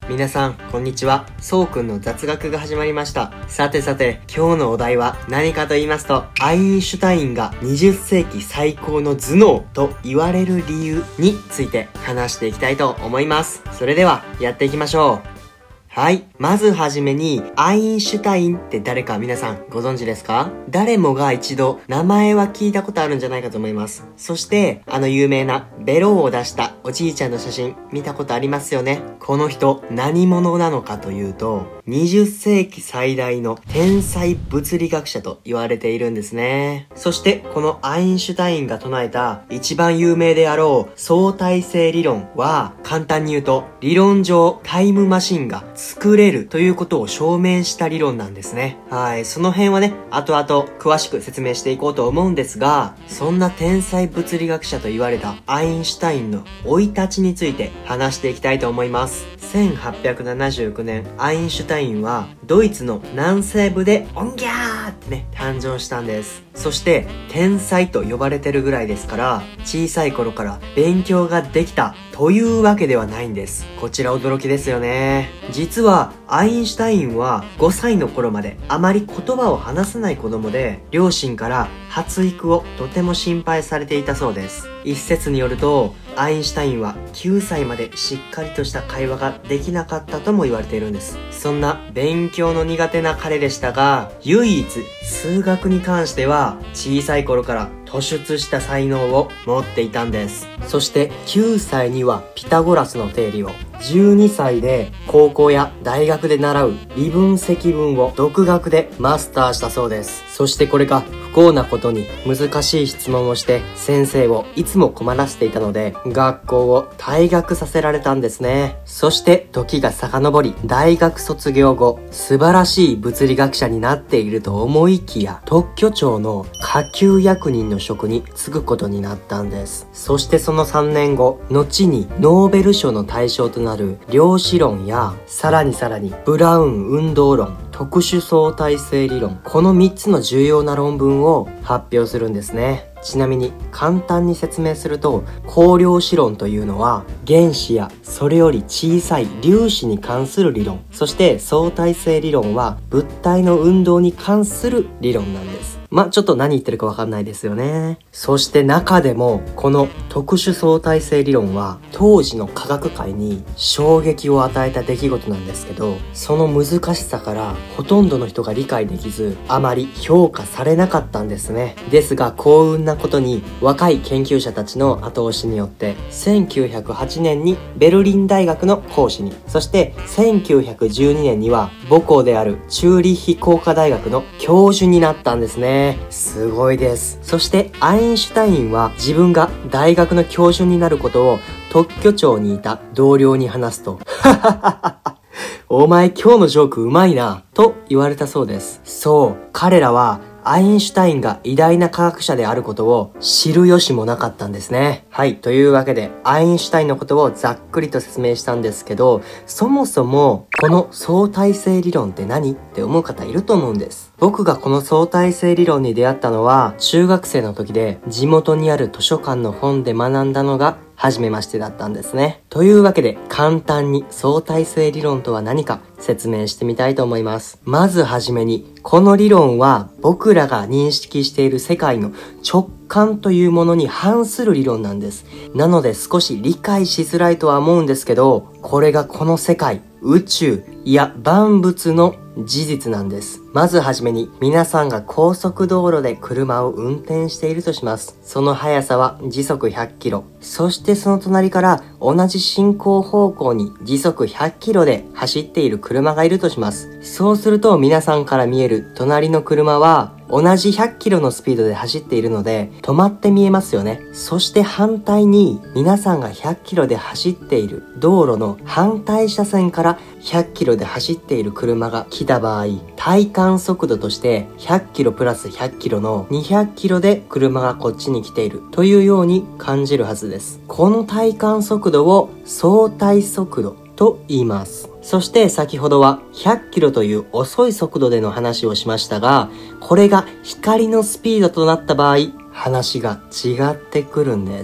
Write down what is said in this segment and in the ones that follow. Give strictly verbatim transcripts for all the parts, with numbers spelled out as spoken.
皆さん、こんにちは。そうくんの雑学が始まりました。さてさて、今日のお題は何かと言いますと、アインシュタインがにじゅっせいき最高の頭脳と言われる理由について話していきたいと思います。それでは、やっていきましょう。はい。まずはじめに、アインシュタインって誰か皆さんご存知ですか？誰もが一度名前は聞いたことあるんじゃないかと思います。そして、あの有名なベロを出したおじいちゃんの写真見たことありますよね。この人何者なのかというと、にじゅっせいき最大の天才物理学者と言われているんですね。そして、このアインシュタインが唱えた一番有名であろう相対性理論は、簡単に言うと、理論上タイムマシンが作れるということを証明した理論なんですね。はい。その辺はね、後々詳しく説明していこうと思うんですが、そんな天才物理学者と言われたアインシュタインの生い立ちについて話していきたいと思います。せんはっぴゃくななじゅうきゅうねん、アインシュタインはドイツの南西部でオンギャーってね、誕生したんです。そして、天才と呼ばれてるぐらいですから、小さい頃から勉強ができたというわけではないんです。こちら驚きですよね。実は、アインシュタインはごさいの頃まであまり言葉を話せない子供で、両親から発育をとても心配されていたそうです。一説によると、アインシュタインはきゅうさいまでしっかりとした会話ができなかったとも言われているんです。そんな勉強の苦手な彼でしたが、唯一数学に関しては小さい頃から突出した才能を持っていたんです。そしてきゅうさいにはピタゴラスの定理を、じゅうにさいで高校や大学で習う微分積分を独学でマスターしたそうです。そしてこれが不幸なことに難しい質問をして先生をいつも困らせていたので、学校を退学させられたんですね。そして時が遡り、大学卒業後素晴らしい物理学者になっていると思いきや、特許庁の下級役人の職に就くことになったんです。そしてそのさんねんご、後にノーベル賞の対象となる量子論や、さらにさらにブラウン運動論、特殊相対性理論、このみっつの重要な論文を発表するんですね。ちなみに簡単に説明すると、光量子論というのは原子やそれより小さい粒子に関する理論、そして相対性理論は物体の運動に関する理論なんです。ま、ちょっと何言ってるかわかんないですよね。そして中でもこの特殊相対性理論は当時の科学界に衝撃を与えた出来事なんですけど、その難しさからほとんどの人が理解できず、あまり評価されなかったんですね。ですが幸運なことに若い研究者たちの後押しによってせんきゅうひゃくはちねんにベルリン大学の講師に、そしてせんきゅうひゃくじゅうにねんには母校であるチューリッヒ工科大学の教授になったんですね。すごいです。そしてアインシュタインは自分が大学の教授になることを特許庁にいた同僚に話すとお前今日のジョークうまいなと言われたそうです。そう、彼らはアインシュタインが偉大な科学者であることを知る由もなかったんですね。はい。というわけで、アインシュタインのことをざっくりと説明したんですけど、そもそも、この相対性理論って何って思う方いると思うんです。僕がこの相対性理論に出会ったのは、中学生の時で、地元にある図書館の本で学んだのが、初めましてだったんですね。というわけで、簡単に相対性理論とは何か説明してみたいと思います。まずはじめに、この理論は僕らが認識している世界の直感というものに反する理論なんです。なので少し理解しづらいとは思うんですけど、これがこの世界、宇宙、いや万物の事実なんです。まずはじめに、皆さんが高速道路で車を運転しているとします。その速さは時速ひゃっキロ。そしてその隣から同じ進行方向に時速ひゃっキロで走っている車がいるとします。そうすると皆さんから見える隣の車は同じひゃっキロのスピードで走っているので止まって見えますよね。そして反対に皆さんがひゃっキロで走っている道路の反対車線からひゃっキロで走っている車が来た場合、体感速度としてひゃっキロプラスひゃっキロのにひゃっキロで車がこっちに来ているというように感じるはずです。この体感速度を相対速度と言います。そして先ほどはひゃっキロという遅い速度での話をしましたが、これが光のスピードとなった場合、話が違ってくるんです。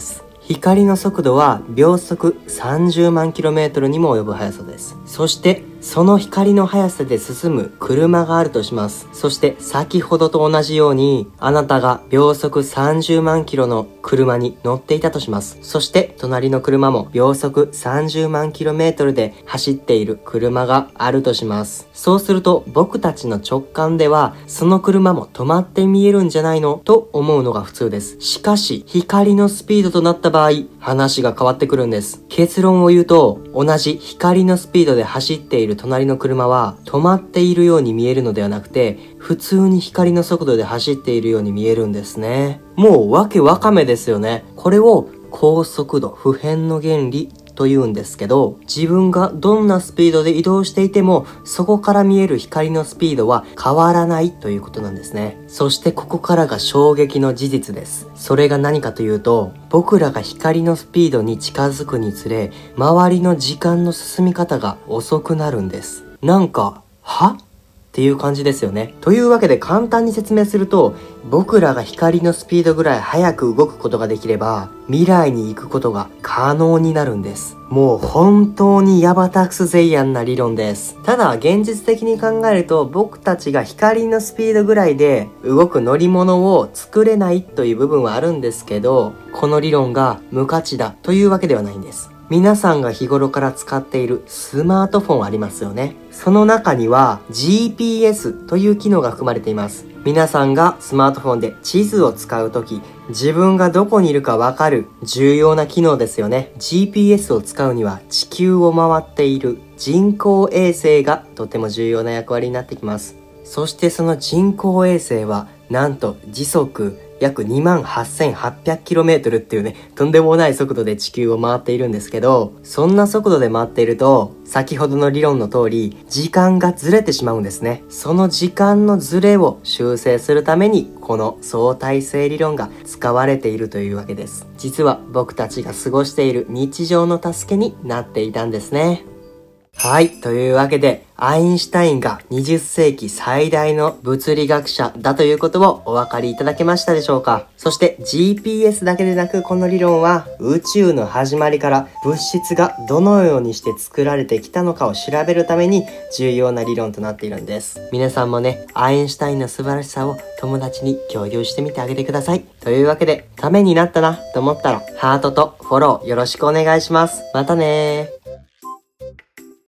光の速度は秒速さんじゅうまんキロメートルにも及ぶ速さです。そしてその光の速さで進む車があるとします。そして先ほどと同じようにあなたが秒速さんじゅうまんキロの車に乗っていたとします。そして隣の車も秒速さんじゅうまんキロメートルで走っている車があるとします。そうすると僕たちの直感ではその車も止まって見えるんじゃないのと思うのが普通です。しかし光のスピードとなった場合、話が変わってくるんです。結論を言うと、同じ光のスピードで走っている隣の車は止まっているように見えるのではなくて、普通に光の速度で走っているように見えるんですね。もうわけわかめですよね。これを高速度不変の原理と言うんですけど、自分がどんなスピードで移動していてもそこから見える光のスピードは変わらないということなんですね。そしてここからが衝撃の事実です。それが何かというと、僕らが光のスピードに近づくにつれ周りの時間の進み方が遅くなるんです。なんかはっていう感じですよね。というわけで簡単に説明すると、僕らが光のスピードぐらい速く動くことができれば未来に行くことが可能になるんです。もう本当にヤバタクスゼイアンな理論です。ただ現実的に考えると、僕たちが光のスピードぐらいで動く乗り物を作れないという部分はあるんですけど、この理論が無価値だというわけではないんです。皆さんが日頃から使っているスマートフォンありますよね。その中には ジーピーエス という機能が含まれています。皆さんがスマートフォンで地図を使うとき、自分がどこにいるかわかる重要な機能ですよね。ジーピーエス を使うには地球を回っている人工衛星がとても重要な役割になってきます。そしてその人工衛星はなんと時速約 にまんはっせんはっぴゃくキロメートル っていうね、とんでもない速度で地球を回っているんですけど、そんな速度で回っていると、先ほどの理論の通り、時間がずれてしまうんですね。その時間のずれを修正するために、この相対性理論が使われているというわけです。実は僕たちが過ごしている日常の助けになっていたんですね。はい。というわけで、アインシュタインがにじゅっせいき最大の物理学者だということをお分かりいただけましたでしょうか。そして ジーピーエス だけでなく、この理論は宇宙の始まりから物質がどのようにして作られてきたのかを調べるために重要な理論となっているんです。皆さんもね、アインシュタインの素晴らしさを友達に共有してみてあげてください。というわけで、ためになったなと思ったらハートとフォローよろしくお願いします。またねー。